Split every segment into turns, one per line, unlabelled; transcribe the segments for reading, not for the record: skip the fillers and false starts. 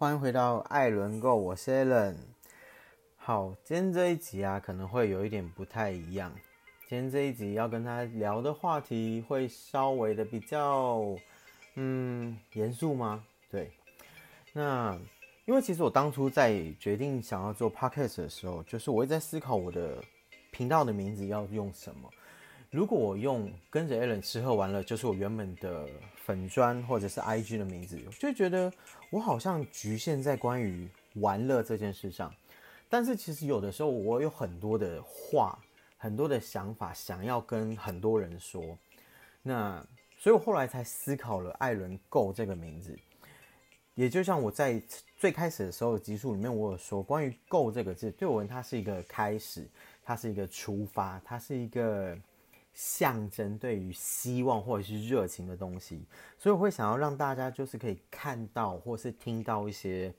欢迎回到艾伦购，我是 Alan。好，今天这一集可能会有一点不太一样。今天这一集要跟他聊的话题会稍微的比较，严肃吗？对。那因为其实我当初在决定想要做 podcast 的时候，就是我一直在思考我的频道的名字要用什么。如果我用跟着 Alan 吃喝玩乐，就是我原本的粉专或者是 IG 的名字，我就觉得我好像局限在关于玩乐这件事上。但是其实有的时候我有很多的话，很多的想法想要跟很多人说。那所以我后来才思考了艾伦购这个名字。也就像我在最开始的时候的集数里面，我有说关于购这个字，对我而言它是一个开始，它是一个出发，它是一个象征对于希望或者是热情的东西，所以我会想要让大家就是可以看到或是听到一些，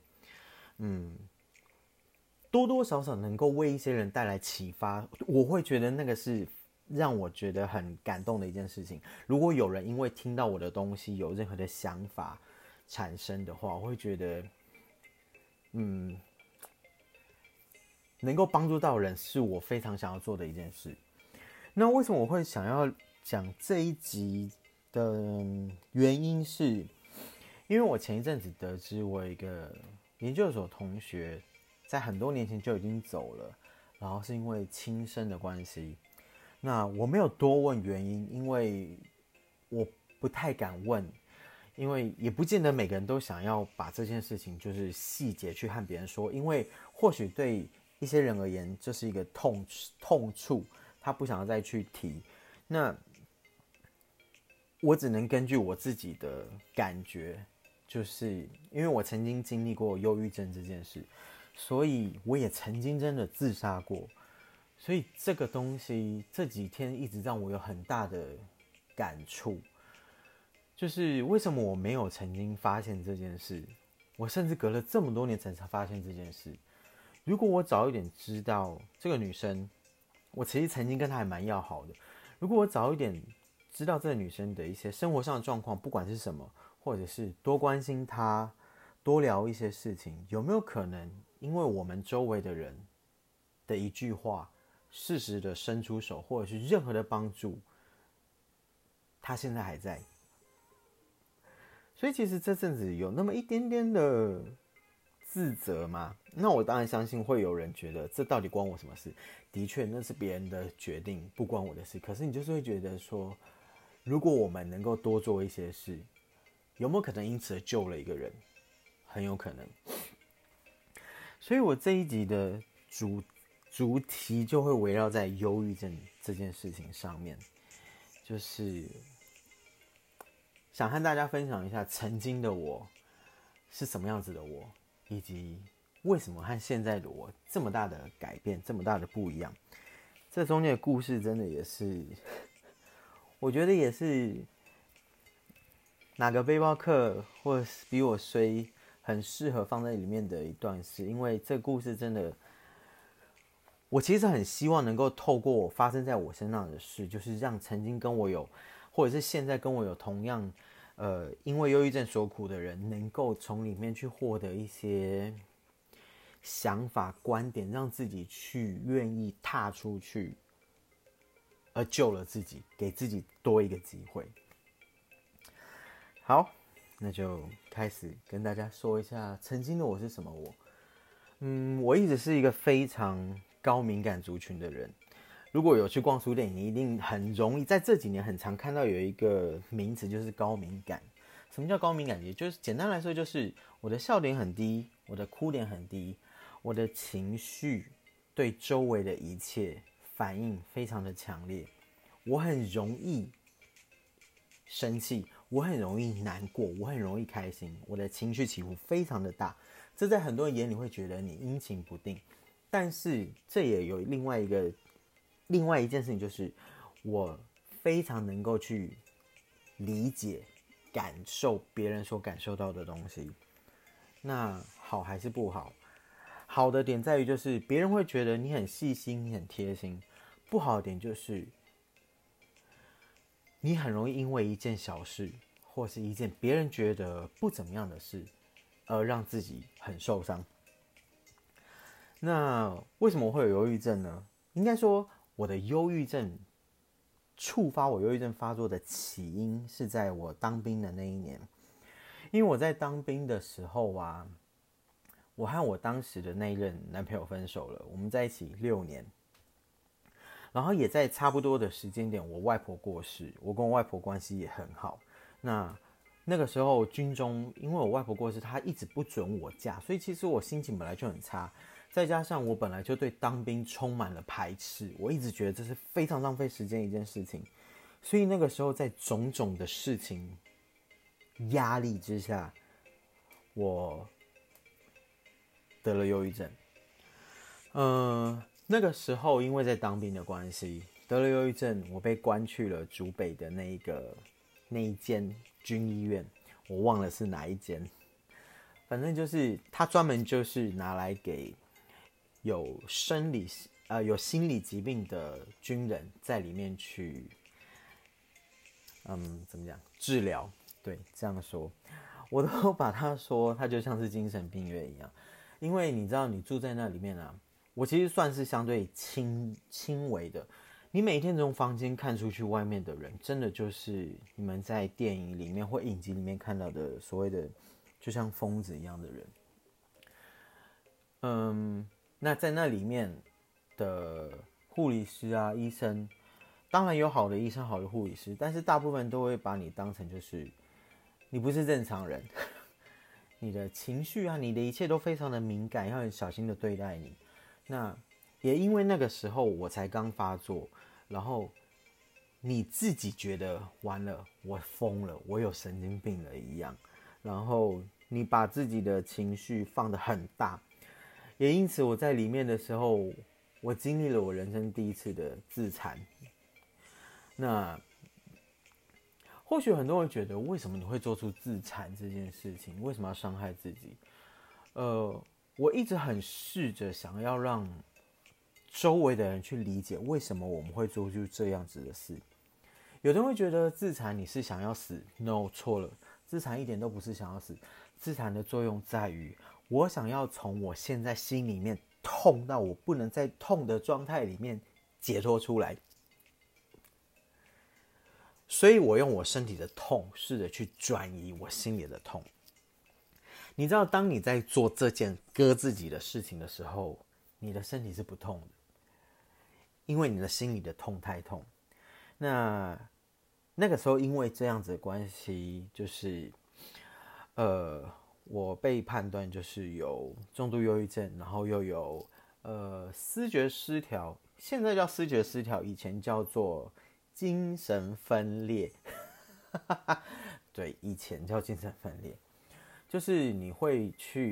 多多少少能够为一些人带来启发，我会觉得那个是让我觉得很感动的一件事情。如果有人因为听到我的东西有任何的想法产生的话，我会觉得，能够帮助到人是我非常想要做的一件事。那为什么我会想要讲这一集的原因是，因为我前一阵子得知我有一个研究所同学在很多年前就已经走了，然后是因为轻生的关系。那我没有多问原因，因为我不太敢问，因为也不见得每个人都想要把这件事情就是细节去和别人说，因为或许对一些人而言这是一个痛处，他不想要再去提。那我只能根据我自己的感觉，就是因为我曾经经历过忧郁症这件事，所以我也曾经真的自杀过。所以这个东西这几天一直让我有很大的感触，就是为什么我没有曾经发现这件事，我甚至隔了这么多年才发现这件事。如果我早一点知道这个女生，我其实曾经跟她还蛮要好的，如果我早一点知道这个女生的一些生活上的状况，不管是什么，或者是多关心她，多聊一些事情，有没有可能因为我们周围的人的一句话，适时的伸出手，或者是任何的帮助，她现在还在。所以其实这阵子有那么一点点的自责嘛，那我当然相信会有人觉得这到底关我什么事？的确那是别人的决定，不关我的事。可是你就是会觉得说，如果我们能够多做一些事，有没有可能因此而救了一个人？很有可能。所以我这一集的主题就会围绕在忧郁症这件事情上面，就是想和大家分享一下曾经的我是什么样子的我，以及为什么和现在的我这么大的改变，这么大的不一样。这中间的故事真的也是，我觉得也是哪个背包客或者比我衰很适合放在里面的一段事，因为这个故事真的，我其实很希望能够透过发生在我身上的事，就是让曾经跟我有，或者是现在跟我有同样，因为忧郁症所苦的人，能够从里面去获得一些想法、观点，让自己去愿意踏出去，而救了自己，给自己多一个机会。好，那就开始跟大家说一下曾经的我是什么我。我一直是一个非常高敏感族群的人。如果有去逛书店，你一定很容易在这几年很常看到有一个名词，就是高敏感。什么叫高敏感？也就是简单来说，就是我的笑点很低，我的哭点很低，我的情绪对周围的一切反应非常的强烈，我很容易生气，我很容易难过，我很容易开心，我的情绪起伏非常的大。这在很多人眼里会觉得你阴晴不定，但是这也有另外一件事情，就是我非常能够去理解、感受别人所感受到的东西。那好还是不好？好的点在于就是别人会觉得你很细心、你很贴心；不好的点就是你很容易因为一件小事，或是一件别人觉得不怎么样的事， 而让自己很受伤。那为什么会有忧郁症呢？应该说，我的忧郁症触发我忧郁症发作的起因是在我当兵的那一年。因为我在当兵的时候啊，我和我当时的那一任男朋友分手了，我们在一起6年。然后也在差不多的时间点，我外婆过世，我跟我外婆关系也很好。那个时候军中，因为我外婆过世，她一直不准我嫁，所以其实我心情本来就很差。再加上我本来就对当兵充满了排斥，我一直觉得这是非常浪费时间一件事情。所以那个时候在种种的事情压力之下，我得了忧郁症。那个时候因为在当兵的关系得了忧郁症，我被关去了竹北的那一间军医院，我忘了是哪一间，反正就是他专门就是拿来给有有心理疾病的军人在里面去，怎么讲治疗？对，这样说，我都把他说他就像是精神病院一样，因为你知道你住在那里面啊。我其实算是相对轻微的。你每天从房间看出去外面的人，真的就是你们在电影里面或影集里面看到的所谓的，就像疯子一样的人。那在那里面的护理师啊、医生，当然有好的医生、好的护理师，但是大部分都会把你当成就是你不是正常人，你的情绪啊、你的一切都非常的敏感，要很小心的对待你。那也因为那个时候我才刚发作，然后你自己觉得完了，我疯了，我有神经病了一样，然后你把自己的情绪放得很大，也因此我在里面的时候，我经历了我人生第一次的自残。那或许很多人觉得，为什么你会做出自残这件事情？为什么要伤害自己？我一直很试着想要让周围的人去理解为什么我们会做出这样子的事。有人会觉得自残你是想要死 ，no， 错了，自残一点都不是想要死，自残的作用在于我想要从我现在心里面痛到我不能再痛的状态里面解脱出来，所以我用我身体的痛试着去转移我心里的痛。你知道，当你在做这件割自己的事情的时候，你的身体是不痛的，因为你的心里的痛太痛。那个时候，因为这样子的关系，就是我被判断就是有重度忧郁症，然后又有思觉失调，现在叫思觉失调，以前叫做精神分裂。对，以前叫精神分裂。就是你会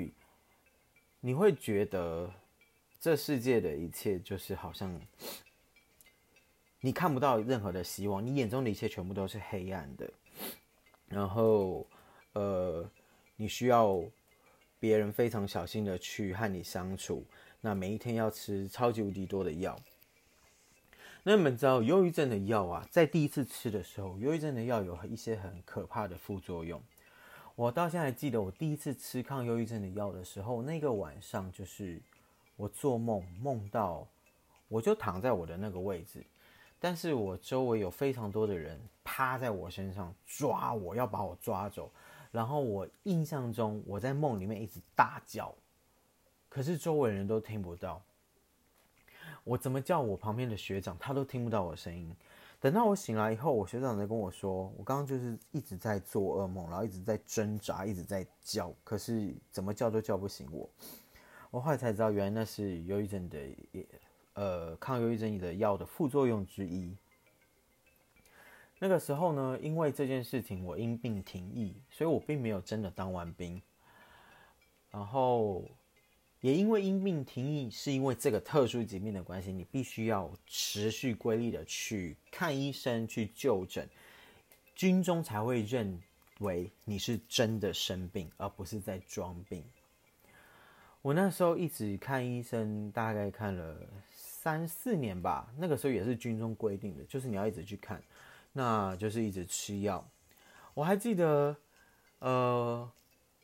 觉得这世界的一切就是好像你看不到任何的希望，你眼中的一切全部都是黑暗的，然后你需要别人非常小心的去和你相处，那每一天要吃超级无敌多的药。那你们知道忧郁症的药啊，在第一次吃的时候，忧郁症的药有一些很可怕的副作用。我到现在还记得我第一次吃抗忧郁症的药的时候，那个晚上就是我做梦到我就躺在我的那个位置，但是我周围有非常多的人趴在我身上抓我，要把我抓走。然后我印象中我在梦里面一直大叫，可是周围人都听不到。我怎么叫我旁边的学长，他都听不到我的声音。等到我醒来以后，我学长才跟我说，我刚刚就是一直在做噩梦，然后一直在挣扎，一直在叫，可是怎么叫都叫不醒我。我后来才知道，原来那是忧郁症的抗忧郁症的药的副作用之一。那个时候呢，因为这件事情我因病停役，所以我并没有真的当完兵。然后也因为因病停役，是因为这个特殊疾病的关系，你必须要持续规律的去看医生、去就诊，军中才会认为你是真的生病，而不是在装病。我那时候一直看医生，大概看了3-4年吧。那个时候也是军中规定的，就是你要一直去看，那就是一直吃药。我还记得，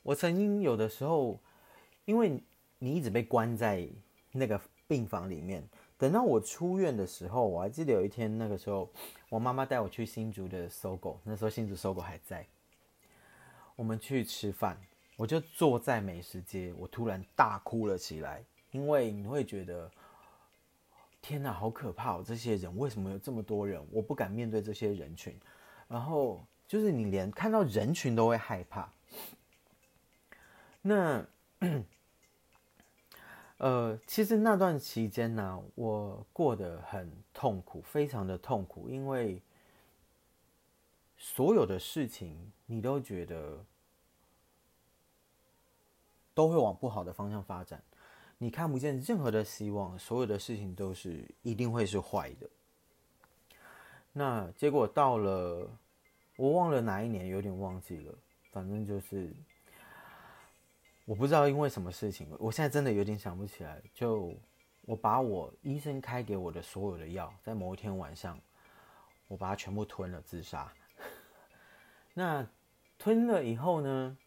我曾经有的时候，因为你一直被关在那个病房里面，等到我出院的时候，我还记得有一天，那个时候我妈妈带我去新竹的搜狗，那时候新竹搜狗还在，我们去吃饭，我就坐在美食街，我突然大哭了起来，因为你会觉得，天哪，好可怕哦！这些人为什么有这么多人？我不敢面对这些人群，然后就是你连看到人群都会害怕。那其实那段期间呢，我过得很痛苦，非常的痛苦，因为所有的事情你都觉得都会往不好的方向发展，你看不见任何的希望，所有的事情都是一定会是坏的。那结果到了，我忘了哪一年，有点忘记了，反正就是我不知道因为什么事情，我现在真的有点想不起来。就我把我医生开给我的所有的药，在某一天晚上，我把它全部吞了，自杀。那吞了以后呢，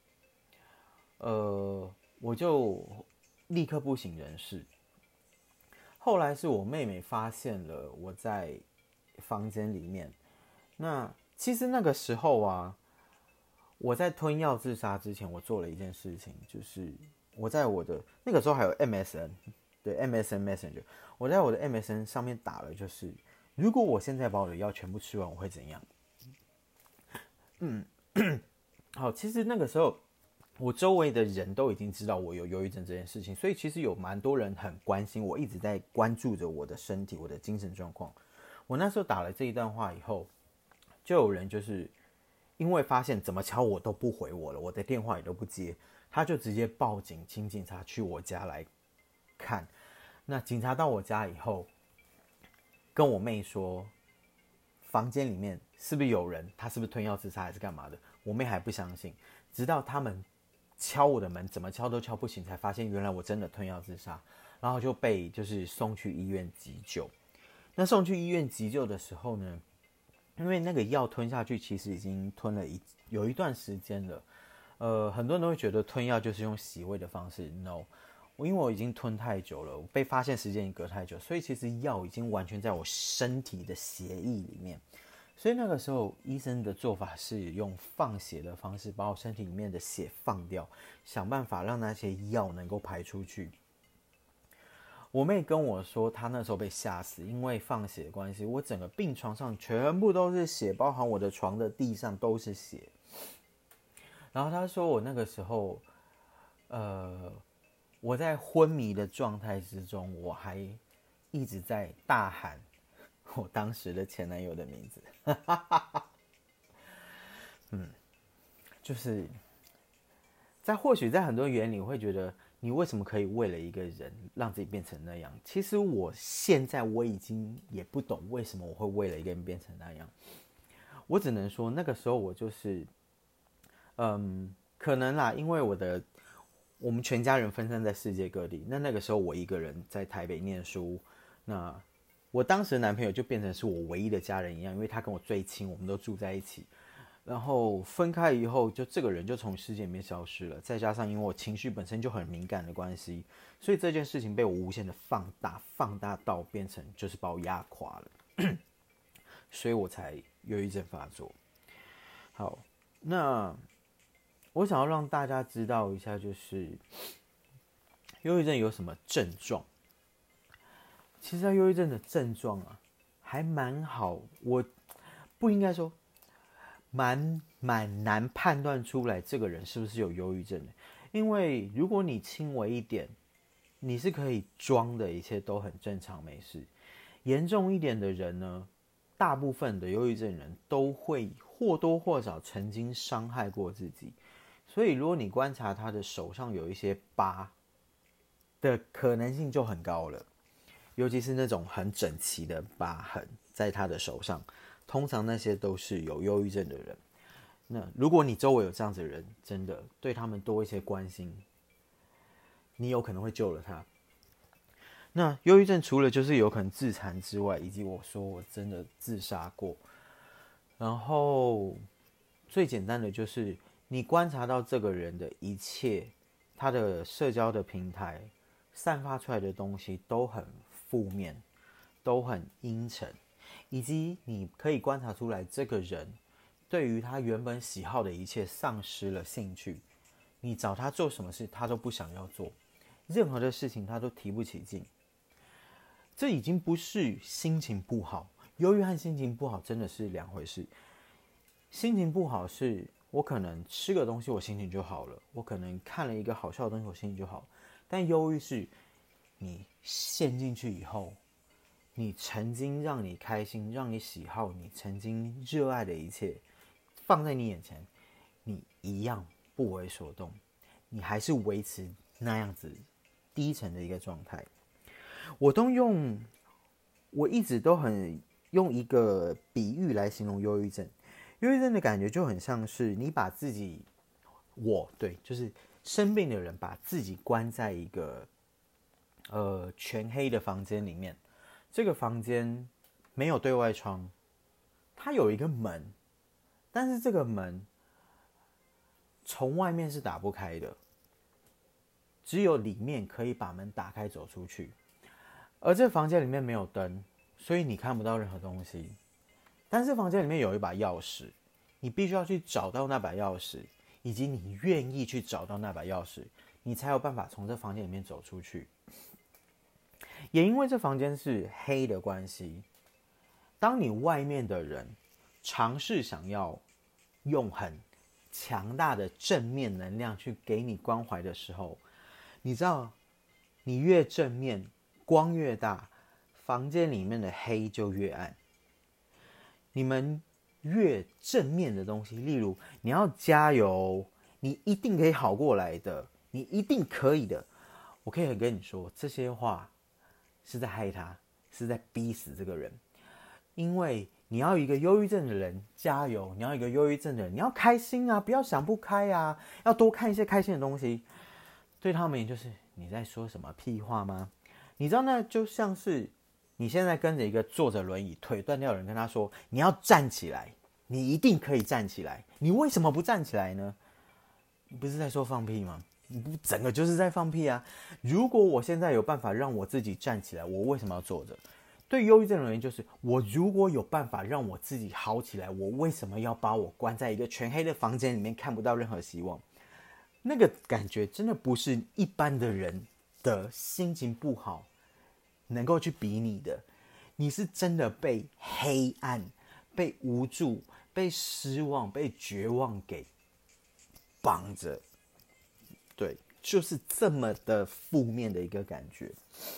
我就立刻不省人事。后来是我妹妹发现了我在房间里面。那其实那个时候啊，我在吞药自杀之前，我做了一件事情，就是我在我的那个时候还有 MSN， 对 MSN Messenger， 我在我的 MSN 上面打了，就是如果我现在把我的药全部吃完，我会怎样？好，其实那个时候我周围的人都已经知道我有忧郁症这件事情，所以其实有蛮多人很关心我，一直在关注着我的身体、我的精神状况。我那时候打了这一段话以后，就有人就是因为发现怎么敲我都不回我了，我的电话也都不接，他就直接报警，请警察去我家来看。那警察到我家以后，跟我妹说，房间里面是不是有人？他是不是吞药自杀还是干嘛的？我妹还不相信，直到他们敲我的门，怎么敲都敲不醒，才发现原来我真的吞药自杀，然后就被就是送去医院急救。那送去医院急救的时候呢，因为那个药吞下去，其实已经吞了有一段时间了。很多人都会觉得吞药就是用洗胃的方式 ，no， 因为我已经吞太久了，被发现时间已经隔太久，所以其实药已经完全在我身体的血液里面。所以那个时候医生的做法是用放血的方式把我身体里面的血放掉，想办法让那些药能够排出去。我妹跟我说，她那时候被吓死，因为放血的关系，我整个病床上全部都是血，包含我的床的地上都是血。然后她说我那个时候，我在昏迷的状态之中，我还一直在大喊我当时的前男友的名字。就是或许在很多眼里会觉得，你为什么可以为了一个人让自己变成那样？其实我现在我已经也不懂为什么我会为了一个人变成那样。我只能说那个时候我就是，可能啦，因为我们全家人分散在世界各地，那个时候我一个人在台北念书，那我当时的男朋友就变成是我唯一的家人一样，因为他跟我最亲，我们都住在一起。然后分开以后，就这个人就从世界里面消失了。再加上因为我情绪本身就很敏感的关系，所以这件事情被我无限的放大到变成就是把我压垮了，所以我才忧郁症发作。好，那我想要让大家知道一下，就是忧郁症有什么症状。其实忧郁症的症状啊，还蛮好，我不应该说蛮难判断出来这个人是不是有忧郁症的，因为如果你轻微一点，你是可以装的，一切都很正常，没事。严重一点的人呢，大部分的忧郁症人都会或多或少曾经伤害过自己，所以如果你观察他的手上有一些疤的可能性就很高了。尤其是那种很整齐的疤痕在他的手上，通常那些都是有忧郁症的人。那如果你周围有这样子的人，真的对他们多一些关心，你有可能会救了他。那忧郁症除了就是有可能自残之外，以及我说我真的自杀过，然后最简单的就是你观察到这个人的一切，他的社交的平台散发出来的东西都很负面，都很阴沉，以及你可以观察出来这个人对于他原本喜好的一切丧失了兴趣，你找他做什么事他都不想要做，任何的事情他都提不起劲。这已经不是心情不好，忧郁和心情不好真的是两回事。心情不好是我可能吃个东西我心情就好了，我可能看了一个好笑的东西我心情就好了，但忧郁是你陷进去以后，你曾经让你开心让你喜好你曾经热爱的一切放在你眼前，你一样不为所动，你还是维持那样子低沉的一个状态。我一直都很用一个比喻来形容忧郁症。忧郁症的感觉就很像是你把自己，就是生病的人把自己关在一个全黑的房间里面，这个房间没有对外窗，它有一个门，但是这个门从外面是打不开的，只有里面可以把门打开走出去。而这房间里面没有灯，所以你看不到任何东西。但是房间里面有一把钥匙，你必须要去找到那把钥匙，以及你愿意去找到那把钥匙，你才有办法从这房间里面走出去。也因为这房间是黑的关系，当你外面的人尝试想要用很强大的正面能量去给你关怀的时候，你知道，你越正面，光越大，房间里面的黑就越暗。你们越正面的东西，例如你要加油，你一定可以好过来的，你一定可以的，我可以很跟你说，这些话是在害他，是在逼死这个人。因为你要一个忧郁症的人加油，你要一个忧郁症的人，你要开心啊，不要想不开啊，要多看一些开心的东西。对他们也就是你在说什么屁话吗？你知道那就像是你现在跟着一个坐着轮椅腿断掉的人跟他说你要站起来，你一定可以站起来，你为什么不站起来呢？你不是在说放屁吗？你不整个就是在放屁啊！如果我现在有办法让我自己站起来，我为什么要坐着？对忧郁症的人就是我如果有办法让我自己好起来，我为什么要把我关在一个全黑的房间里面看不到任何希望？那个感觉真的不是一般的人的心情不好能够去比拟的。你是真的被黑暗、被无助、被失望、被绝望给绑着，对，就是这么的负面的一个感觉。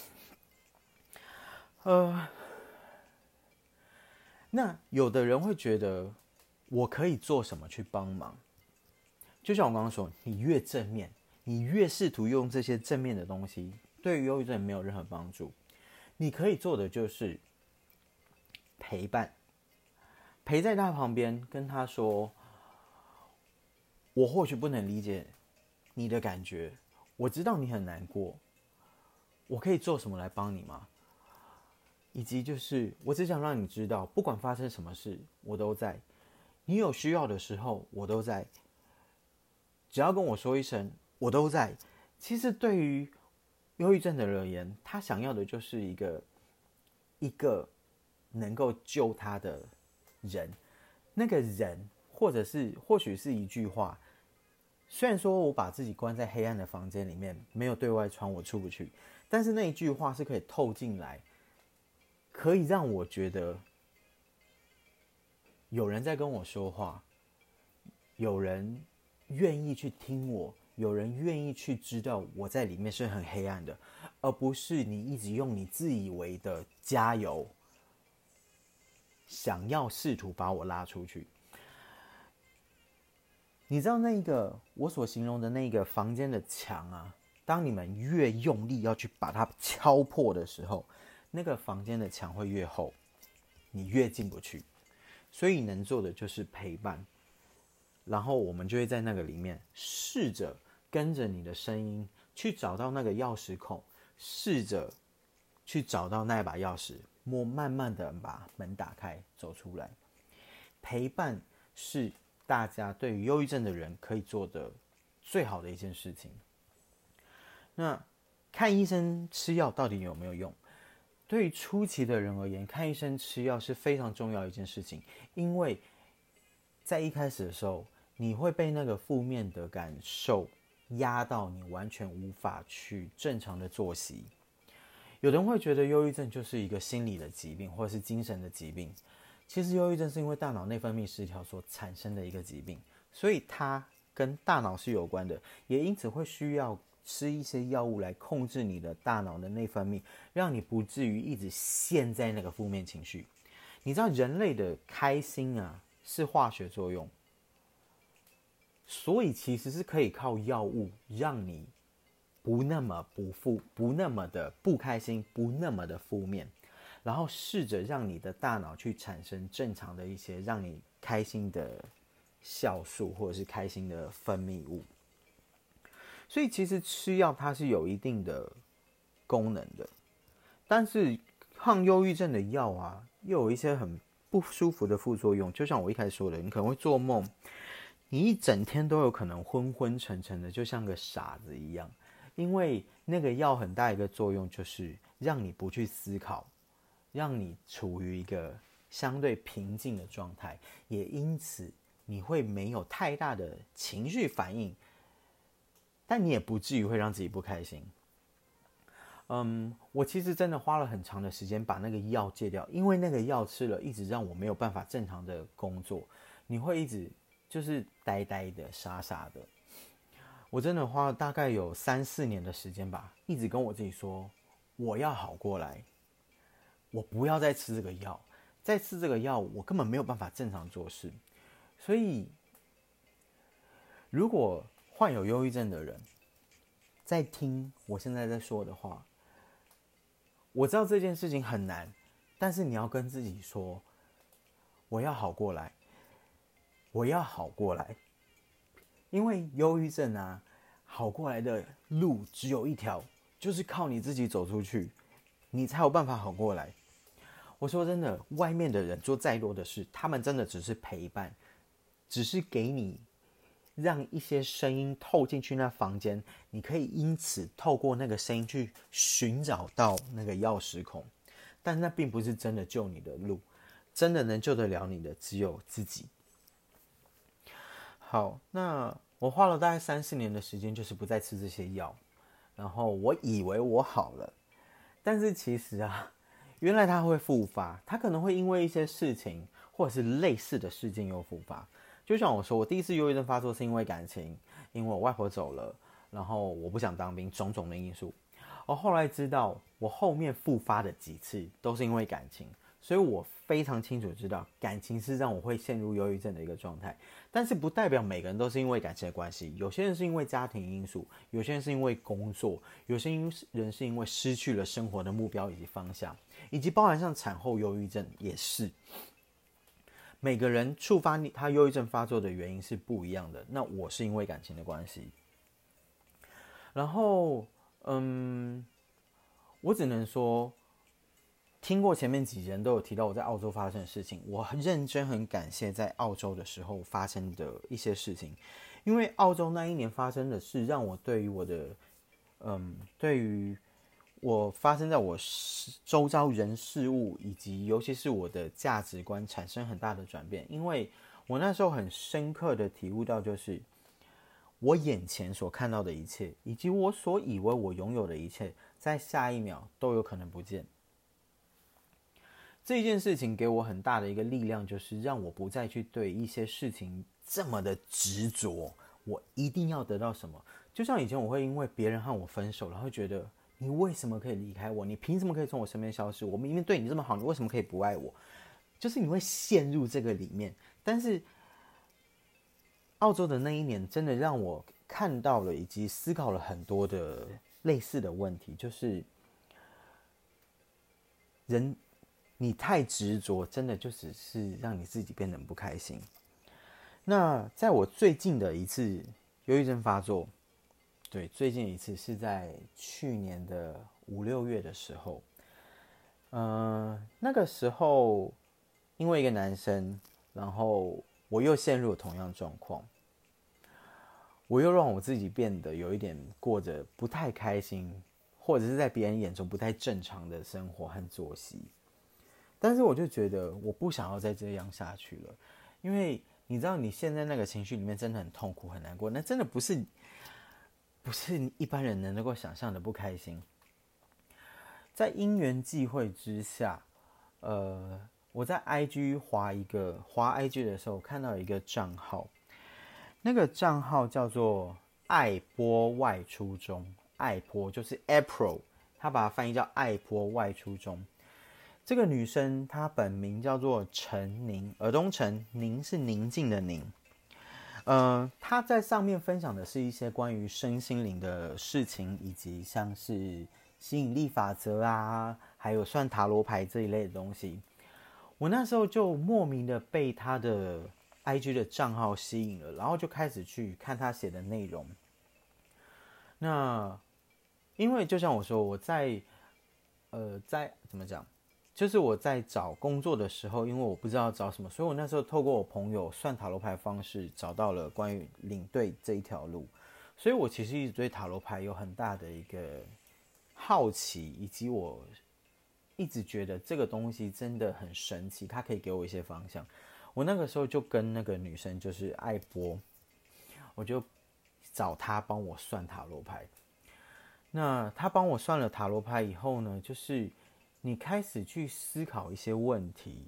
那有的人会觉得我可以做什么去帮忙？就像我刚刚说，你越正面，你越试图用这些正面的东西，对于忧郁症没有任何帮助。你可以做的就是陪伴，陪在他旁边，跟他说：“我或许不能理解你的感觉，我知道你很难过，我可以做什么来帮你吗？”以及就是我只想让你知道，不管发生什么事，我都在。你有需要的时候，我都在。只要跟我说一声，我都在。其实对于忧郁症的人而言，他想要的就是一个能够救他的人。那个人，或许是一句话。虽然说我把自己关在黑暗的房间里面，没有对外窗，我出不去，但是那一句话是可以透进来，可以让我觉得有人在跟我说话，有人愿意去听我，有人愿意去知道我在里面是很黑暗的，而不是你一直用你自以为的加油，想要试图把我拉出去。你知道那个我所形容的那个房间的墙啊，当你们越用力要去把它敲破的时候，那个房间的墙会越厚，你越进不去。所以能做的就是陪伴，然后我们就会在那个里面试着跟着你的声音去找到那个钥匙孔，试着去找到那把钥匙，慢慢的把门打开走出来。陪伴是大家对于忧郁症的人可以做的最好的一件事情。那看医生吃药到底有没有用？对于初期的人而言，看医生吃药是非常重要的一件事情，因为在一开始的时候，你会被那个负面的感受压到，你完全无法去正常的作息。有人会觉得忧郁症就是一个心理的疾病，或者是精神的疾病。其实忧郁症是因为大脑内分泌失调所产生的一个疾病，所以它跟大脑是有关的，也因此会需要吃一些药物来控制你的大脑的内分泌，让你不至于一直陷在那个负面情绪。你知道人类的开心啊是化学作用，所以其实是可以靠药物让你不那么不那么的不开心，不那么的负面，然后试着让你的大脑去产生正常的一些让你开心的酵素或者是开心的分泌物。所以其实吃药它是有一定的功能的，但是抗忧郁症的药啊，又有一些很不舒服的副作用。就像我一开始说的，你可能会做梦，你一整天都有可能昏昏沉沉的，就像个傻子一样。因为那个药很大一个作用就是让你不去思考，让你处于一个相对平静的状态，也因此你会没有太大的情绪反应，但你也不至于会让自己不开心。我其实真的花了很长的时间把那个药戒掉，因为那个药吃了一直让我没有办法正常的工作，你会一直就是呆呆的傻傻的。我真的花了大概有3-4年的时间吧，一直跟我自己说我要好过来，我不要再吃这个药，再吃这个药我根本没有办法正常做事。所以如果患有忧郁症的人在听我现在在说的话，我知道这件事情很难，但是你要跟自己说我要好过来，我要好过来。因为忧郁症啊，好过来的路只有一条，就是靠你自己走出去，你才有办法好过来。我说真的，外面的人做再多的事，他们真的只是陪伴，只是给你让一些声音透进去那房间，你可以因此透过那个声音去寻找到那个钥匙孔，但那并不是真的救你的路，真的能救得了你的只有自己。好，那我花了大概3-4年的时间，就是不再吃这些药，然后我以为我好了，但是其实啊，原来它会复发，它可能会因为一些事情或者是类似的事件又复发。就像我说，我第一次忧郁症发作是因为感情，因为我外婆走了，然后我不想当兵，种种的因素。我后来知道，我后面复发的几次都是因为感情，所以我非常清楚知道，感情是让我会陷入忧郁症的一个状态。但是不代表每个人都是因为感情的关系，有些人是因为家庭因素，有些人是因为工作，有些人是因为失去了生活的目标以及方向，以及包含像产后忧郁症也是。每个人触发他忧郁症发作的原因是不一样的。那我是因为感情的关系，然后我只能说，听过前面几人都有提到我在澳洲发生的事情，我很认真很感谢在澳洲的时候发生的一些事情，因为澳洲那一年发生的事让我对于我的对于我发生在我周遭人事物以及尤其是我的价值观产生很大的转变。因为我那时候很深刻的体悟到，就是我眼前所看到的一切以及我所以为我拥有的一切，在下一秒都有可能不见。这件事情给我很大的一个力量，就是让我不再去对一些事情这么的执着，我一定要得到什么。就像以前我会因为别人和我分手，然后觉得你为什么可以离开我？你凭什么可以从我身边消失？我明明对你这么好，你为什么可以不爱我？就是你会陷入这个里面。但是澳洲的那一年真的让我看到了以及思考了很多的类似的问题，就是人你太执着，真的就只是让你自己变得很不开心。那在我最近的一次忧郁症发作，对，最近一次是在去年的5-6月的时候，那个时候因为一个男生，然后我又陷入了同样状况，我又让我自己变得有一点过着不太开心，或者是在别人眼中不太正常的生活和作息。但是我就觉得我不想要再这样下去了，因为你知道你现在那个情绪里面真的很痛苦很难过，那真的不是一般人能够想象的不开心。在因缘际会之下，我在 IG 滑 IG 的时候看到一个账号，那个账号叫做爱波外初中，爱波就是 April， 他把它翻译叫爱波外初中。这个女生她本名叫做陈宁，尔东陈，宁是宁静的宁。她在上面分享的是一些关于身心灵的事情，以及像是吸引力法则啊，还有算塔罗牌这一类的东西。我那时候就莫名的被她的 IG 的账号吸引了，然后就开始去看她写的内容。那因为就像我说，我在怎么讲？就是我在找工作的时候，因为我不知道找什么，所以我那时候透过我朋友算塔罗牌的方式，找到了关于领队这一条路。所以我其实一直对塔罗牌有很大的一个好奇，以及我一直觉得这个东西真的很神奇，它可以给我一些方向。我那个时候就跟那个女生就是艾波，我就找她帮我算塔罗牌。那她帮我算了塔罗牌以后呢，就是你开始去思考一些问题，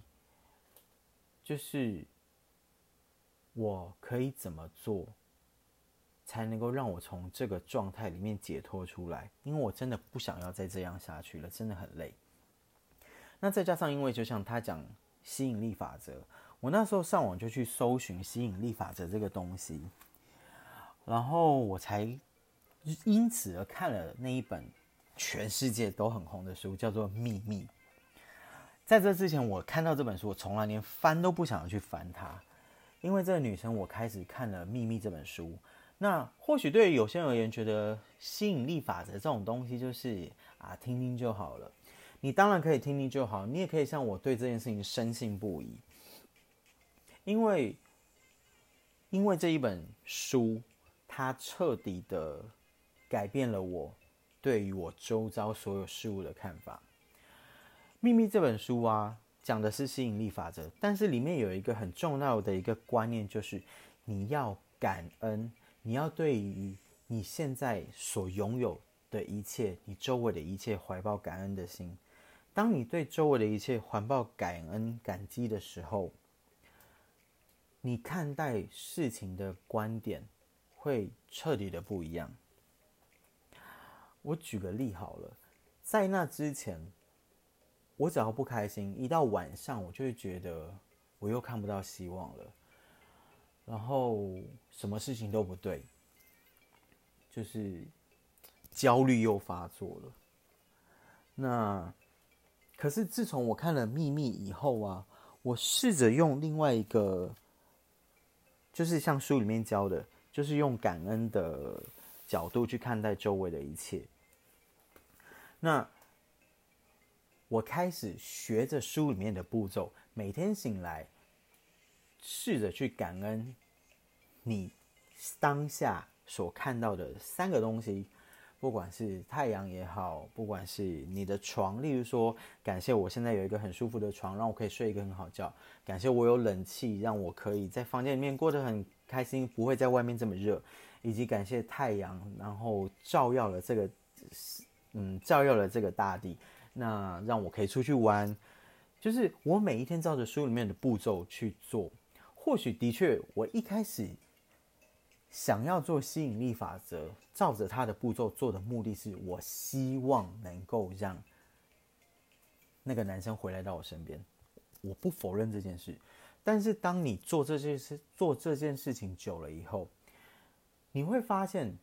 就是我可以怎么做才能够让我从这个状态里面解脱出来，因为我真的不想要再这样下去了，真的很累。那再加上因为就像他讲吸引力法则，我那时候上网就去搜寻吸引力法则这个东西，然后我才因此而看了那一本全世界都很红的书，叫做《秘密》。在这之前，我看到这本书，我从来连翻都不想要去翻它，因为这个女生，我开始看了《秘密》这本书。那或许对于有些人而言，觉得吸引力法则这种东西就是听听就好了。你当然可以听听就好，你也可以像我对这件事情深信不疑，因为这一本书，它彻底的改变了我对于我周遭所有事物的看法。秘密这本书讲的是吸引力法则，但是里面有一个很重要的一个观念，就是你要感恩，你要对于你现在所拥有的一切，你周围的一切怀抱感恩的心。当你对周围的一切怀抱感恩感激的时候，你看待事情的观点会彻底的不一样。我举个例好了，在那之前，我只要不开心，一到晚上我就会觉得我又看不到希望了，然后什么事情都不对，就是焦虑又发作了。那可是自从我看了《秘密》以后我试着用另外一个，就是像书里面教的，就是用感恩的角度去看待周围的一切。那我开始学着书里面的步骤，每天醒来，试着去感恩你当下所看到的3个东西，不管是太阳也好，不管是你的床，例如说，感谢我现在有一个很舒服的床，让我可以睡一个很好觉；感谢我有冷气，让我可以在房间里面过得很开心，不会在外面这么热；以及感谢太阳，然后照耀了这个大地。那让我可以出去玩，就是我每一天照着书里面的步骤去做。或许的确，我一开始想要做吸引力法则，照着它的步骤做的目的是，我希望能够让那个男生回来到我身边。我不否认这件事，但是当你做这件事情久了以后，你会发现，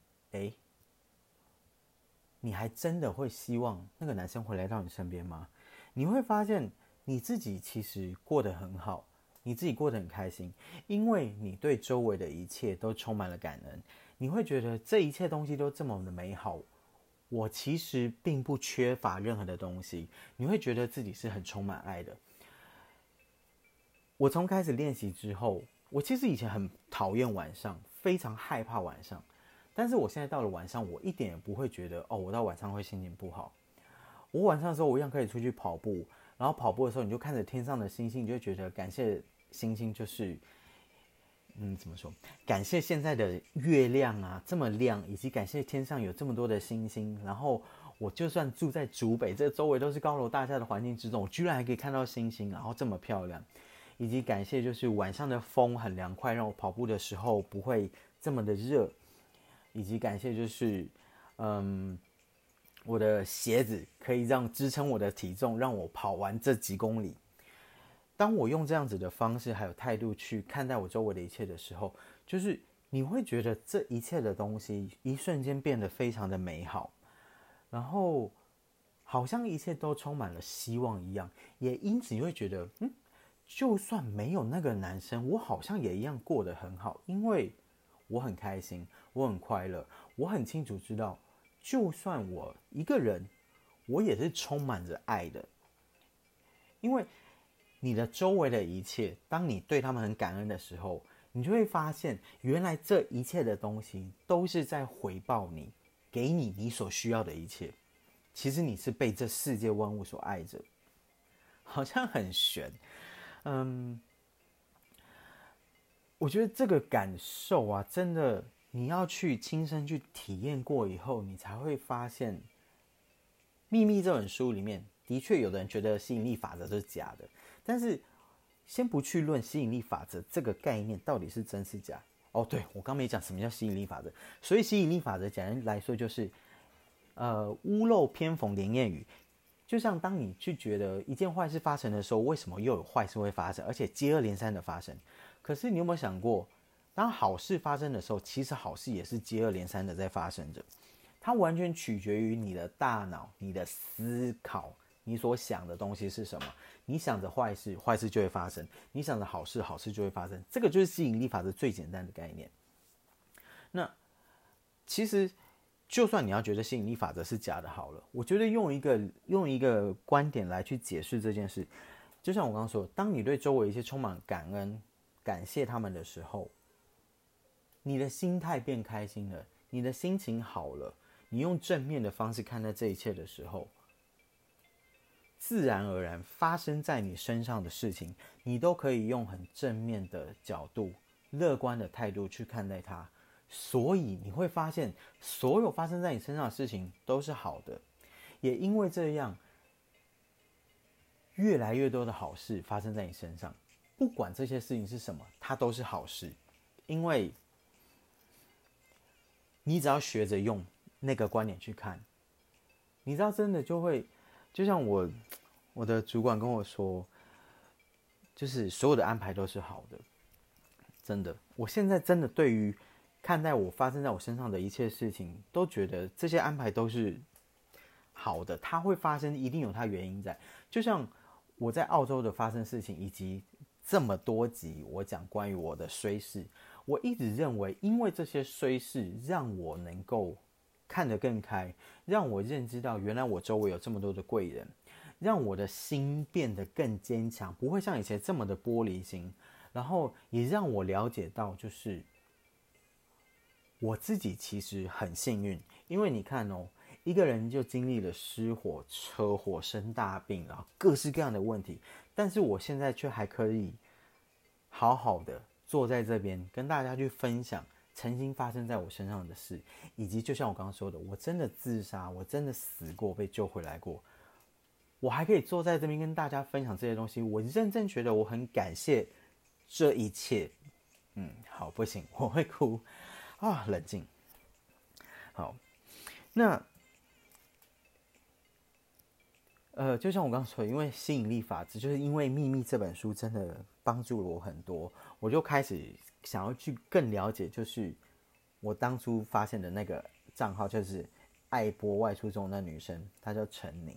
你还真的会希望那个男生回来到你身边吗？你会发现你自己其实过得很好，你自己过得很开心，因为你对周围的一切都充满了感恩。你会觉得这一切东西都这么的美好，我其实并不缺乏任何的东西。你会觉得自己是很充满爱的。我从开始练习之后， 我其实以前很讨厌晚上，非常害怕晚上，但是我现在到了晚上，我一点也不会觉得我到晚上会心情不好。我晚上的时候，我一样可以出去跑步，然后跑步的时候，你就看着天上的星星，你就会觉得感谢星星，就是怎么说？感谢现在的月亮啊这么亮，以及感谢天上有这么多的星星。然后我就算住在竹北，这周围都是高楼大厦的环境之中，我居然还可以看到星星，然后这么漂亮。以及感谢就是晚上的风很凉快，让我跑步的时候不会这么的热。以及感谢就是我的鞋子可以支撑我的体重，让我跑完这几公里。当我用这样子的方式还有态度去看待我周围的一切的时候，就是你会觉得这一切的东西一瞬间变得非常的美好，然后好像一切都充满了希望一样，也因此你会觉得就算没有那个男生，我好像也一样过得很好，因为我很开心，我很快乐，我很清楚知道，就算我一个人，我也是充满着爱的。因为你的周围的一切，当你对他们很感恩的时候，你就会发现，原来这一切的东西都是在回报你，给你你所需要的一切。其实你是被这世界万物所爱着，好像很玄。我觉得这个感受啊，真的你要去亲身去体验过以后，你才会发现，《秘密》这本书里面，的确有的人觉得吸引力法则是假的，但是先不去论吸引力法则这个概念到底是真是假。对，我刚没讲什么叫吸引力法则，所以吸引力法则简单来说就是屋漏偏逢连夜雨。就像当你去觉得一件坏事发生的时候，为什么又有坏事会发生，而且接二连三的发生？可是你有没有想过，当好事发生的时候，其实好事也是接二连三的在发生着。它完全取决于你的大脑、你的思考，你所想的东西是什么。你想着坏事，坏事就会发生；你想着好事，好事就会发生。这个就是吸引力法则最简单的概念。那其实，就算你要觉得吸引力法则是假的，好了，我觉得用一个观点来去解释这件事，就像我刚刚说，当你对周围一切充满感恩、感谢他们的时候，你的心态变开心了，你的心情好了，你用正面的方式看待这一切的时候，自然而然发生在你身上的事情，你都可以用很正面的角度、乐观的态度去看待它。所以你会发现，所有发生在你身上的事情都是好的，也因为这样，越来越多的好事发生在你身上。不管这些事情是什么，它都是好事，因为你只要学着用那个观点去看，你知道真的就会，就像我的主管跟我说，就是所有的安排都是好的，真的。我现在真的对于看待我发生在我身上的一切事情，都觉得这些安排都是好的，它会发生，一定有它原因在。就像我在澳洲的发生事情，以及这么多集我讲关于我的衰事，我一直认为，因为这些衰事让我能够看得更开，让我认知到原来我周围有这么多的贵人，让我的心变得更坚强，不会像以前这么的玻璃心，然后也让我了解到，就是我自己其实很幸运，因为你看哦，一个人就经历了失火、车祸、生大病，然后各式各样的问题，但是我现在却还可以好好的坐在这边跟大家去分享曾经发生在我身上的事，以及就像我刚刚说的，我真的自杀，我真的死过，被救回来过，我还可以坐在这边跟大家分享这些东西，我认真觉得我很感谢这一切。好，不行，我会哭啊，冷静。好，那就像我刚刚说的，因为吸引力法则，就是因为《秘密》这本书真的帮助了我很多，我就开始想要去更了解，就是我当初发现的那个账号，就是爱播外出中的那女生，她叫陈宁。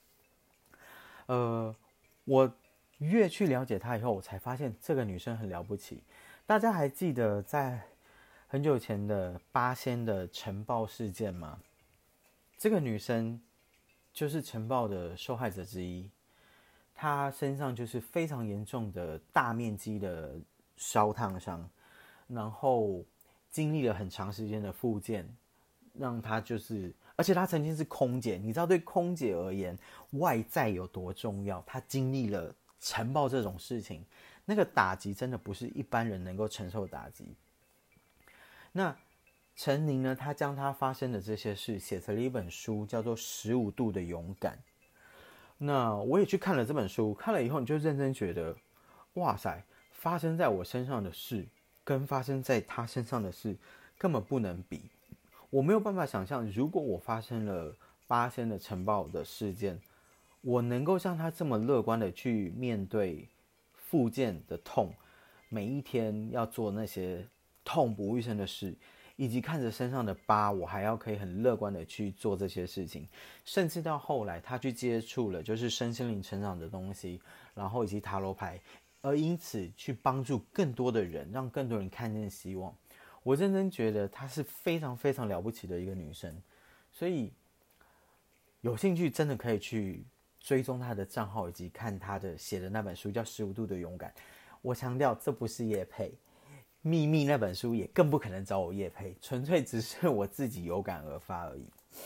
我越去了解她以后，我才发现这个女生很了不起。大家还记得在很久前的八仙的晨爆事件吗？这个女生就是晨爆的受害者之一，她身上就是非常严重的大面积的烧烫伤，然后经历了很长时间的复健，让他就是，而且他曾经是空姐，你知道对空姐而言，外在有多重要？他经历了晨报这种事情，那个打击真的不是一般人能够承受的打击。那陈宁呢，他将他发生的这些事写成了一本书，叫做《15度的勇敢》。那我也去看了这本书，看了以后你就认真觉得，哇塞，发生在我身上的事跟发生在他身上的事根本不能比。我没有办法想象，如果我发生了8仙的晨报的事件，我能够像他这么乐观的去面对复健的痛，每一天要做那些痛不欲生的事，以及看着身上的疤，我还要可以很乐观的去做这些事情，甚至到后来他去接触了就是身心灵成长的东西，然后以及塔罗牌，而因此去帮助更多的人，让更多人看见希望。我认真觉得她是非常非常了不起的一个女生，所以有兴趣真的可以去追踪她的账号，以及看她的写的那本书叫《15度的勇敢》。我强调这不是业配，秘密那本书也更不可能找我业配，纯粹只是我自己有感而发而已。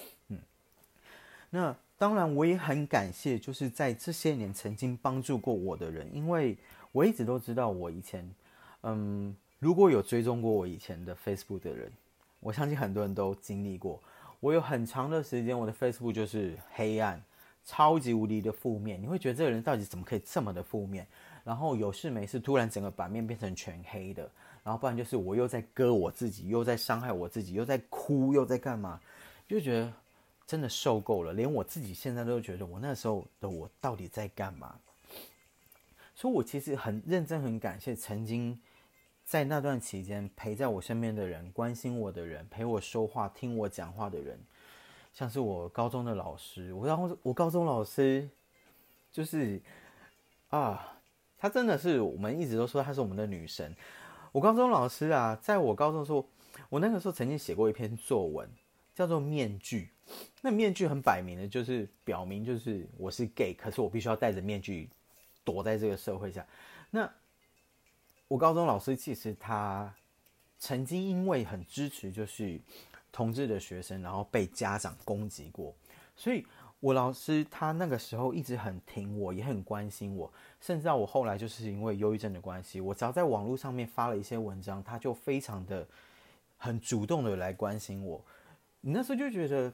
那当然我也很感谢，就是在这些年曾经帮助过我的人，因为我一直都知道我以前，如果有追踪过我以前的 Facebook 的人，我相信很多人都经历过。我有很长的时间，我的 Facebook 就是黑暗，超级无敌的负面。你会觉得这个人到底怎么可以这么的负面？然后有事没事，突然整个版面变成全黑的，然后不然就是我又在割我自己，又在伤害我自己，又在哭，又在干嘛？就觉得真的受够了，连我自己现在都觉得我那时候的我到底在干嘛？所以我其实很认真，很感谢曾经在那段期间陪在我身边的人，关心我的人，陪我说话、听我讲话的人，像是我高中的老师。我高中老师就是啊，她真的是我们一直都说她是我们的女神。我高中老师啊，在我高中的时候，我那个时候曾经写过一篇作文，叫做《面具》。那面具很摆明的，就是表明就是我是 gay， 可是我必须要戴着面具躲在这个社会下。那我高中老师其实他曾经因为很支持就是同志的学生，然后被家长攻击过，所以我老师他那个时候一直很挺我，也很关心我，甚至到我后来就是因为忧郁症的关系，我只要在网络上面发了一些文章，他就非常的很主动的来关心我。你那时候就觉得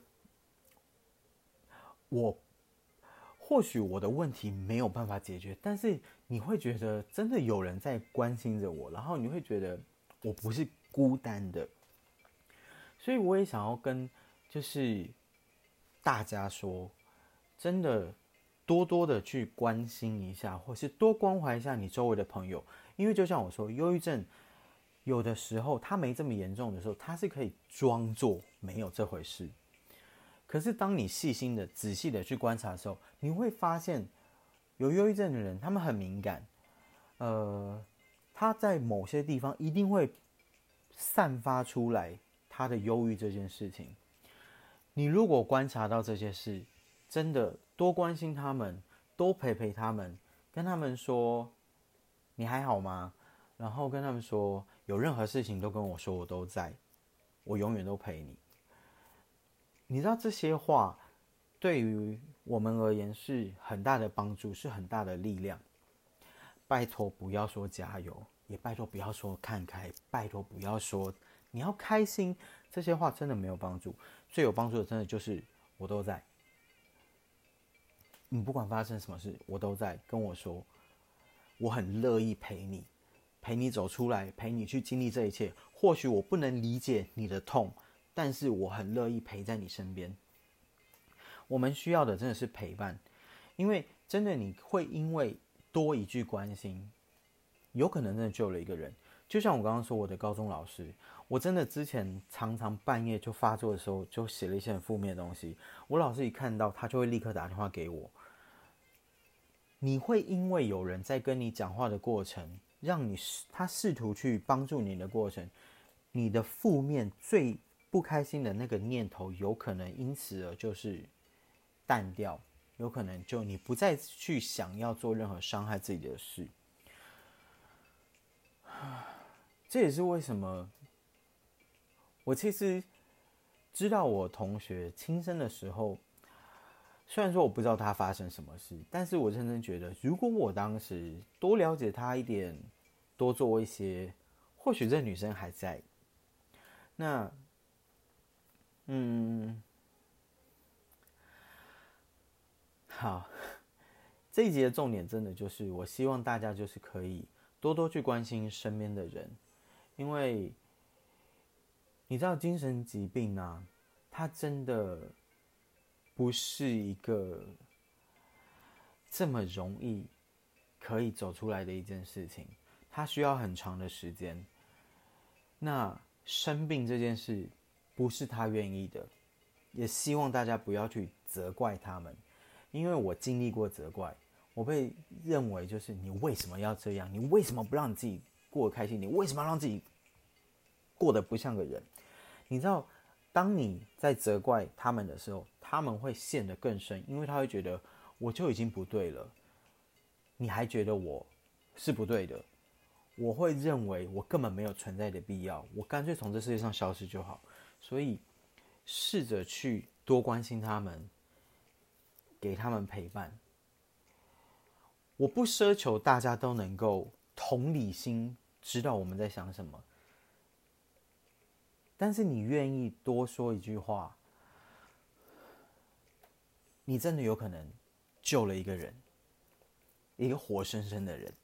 我或许我的问题没有办法解决，但是你会觉得真的有人在关心着我，然后你会觉得我不是孤单的，所以我也想要跟就是大家说，真的多多的去关心一下，或是多关怀一下你周围的朋友，因为就像我说，忧郁症有的时候它没这么严重的时候，它是可以装作没有这回事。可是当你细心的、仔细的去观察的时候，你会发现，有忧郁症的人，他们很敏感，他在某些地方一定会散发出来他的忧郁这件事情。你如果观察到这些事，真的多关心他们，多陪陪他们，跟他们说你还好吗？然后跟他们说有任何事情都跟我说，我都在，我永远都陪你。你知道这些话对于我们而言是很大的帮助，是很大的力量。拜托不要说加油，也拜托不要说看开，拜托不要说你要开心，这些话真的没有帮助。最有帮助的真的就是我都在，你不管发生什么事，我都在，跟我说，我很乐意陪你，陪你走出来，陪你去经历这一切。或许我不能理解你的痛，但是我很乐意陪在你身边。我们需要的真的是陪伴，因为真的你会因为多一句关心，有可能真的救了一个人。就像我刚刚说，我的高中老师，我真的之前常常半夜就发作的时候，就写了一些很负面的东西。我老师一看到，他就会立刻打电话给我。你会因为有人在跟你讲话的过程，让你他试图去帮助你的过程，你的负面最不开心的那个念头，有可能因此而就是淡掉，有可能就你不再去想要做任何伤害自己的事。 这也是为什么我其实知道我同学轻生的时候，虽然说我不知道他发生什么事，但是我认真觉得，如果我当时多了解他一点，多做一些，或许这女生还在。那，好，这一集的重点真的就是，我希望大家就是可以多多去关心身边的人，因为你知道精神疾病啊，它真的不是一个这么容易可以走出来的一件事情，它需要很长的时间。那生病这件事不是他愿意的，也希望大家不要去责怪他们，因为我经历过责怪，我被认为就是你为什么要这样，你为什么不让你自己过得开心，你为什么要让自己过得不像个人？你知道，当你在责怪他们的时候，他们会陷得更深，因为他会觉得我就已经不对了，你还觉得我是不对的，我会认为我根本没有存在的必要，我干脆从这世界上消失就好。所以试着去多关心他们，给他们陪伴。我不奢求大家都能够同理心知道我们在想什么，但是你愿意多说一句话，你真的有可能救了一个人，一个活生生的人。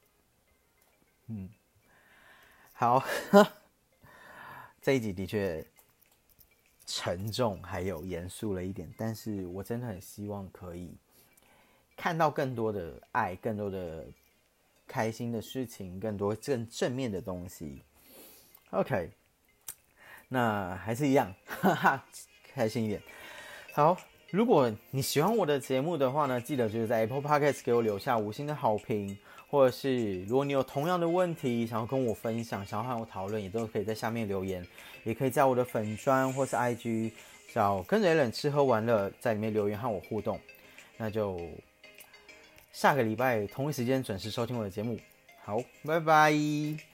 好，这一集的确沉重还有严肃了一点，但是我真的很希望可以看到更多的爱，更多的开心的事情，更多更正面的东西。OK， 那还是一样，哈哈，开心一点。好，如果你喜欢我的节目的话呢，记得就是在 Apple Podcast 给我留下5星的好评，或者是如果你有同样的问题想要跟我分享，想要和我讨论，也都可以在下面留言，也可以在我的粉专或是 IG 找跟着 Alan 吃喝玩乐，在里面留言和我互动。那就下个礼拜同一时间准时收听我的节目。好，拜拜。